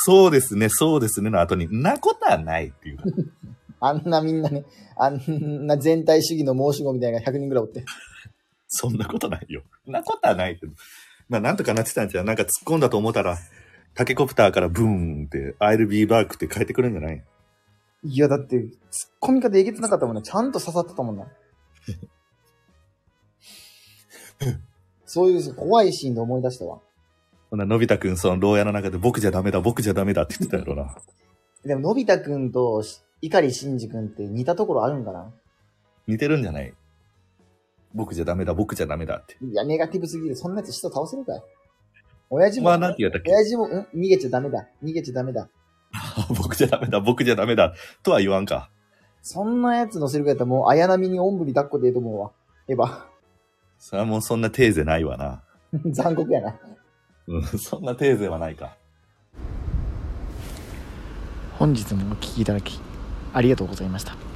そうですね、そうですねの後に、んなことはないっていう。 あんなみんなね、あんな全体主義の申し子みたいなのが100人ぐらいおって。 そんなことないよ。んなことはないって。まあなんとかなってたんじゃん。なんか突っ込んだと思ったら、タケコプターからブーンって、I'll be back って帰ってくるんじゃない？ いや、だって、突っ込み方えげつなかったもんね。ちゃんと刺さってたもんな。そういう怖いシーンで思い出したわ。 ほな、のび太くん、その牢屋の中で僕じゃダメだ、僕じゃダメだって言ってたやろな。 でも、のび太くんと碇シンジくんって似たところあるんかな？ 似てるんじゃない？僕じゃダメだ、僕じゃダメだって。 いや、ネガティブすぎる。そんなやつ人倒せるかい？親父も、 まあ、なんて言ったっけ？ 親父も、逃げちゃダメだ。逃げちゃダメだ。 僕じゃダメだ、僕じゃダメだ、とは言わんか。 そんなやつ乗せるかやったらもう、綾波におんぶに抱っこでええと思うわ。エヴァ。 それはもうそんなテーゼないわな。 残酷やな。 うん、そんなテーゼはないか。 本日もお聞きいただき、ありがとうございました。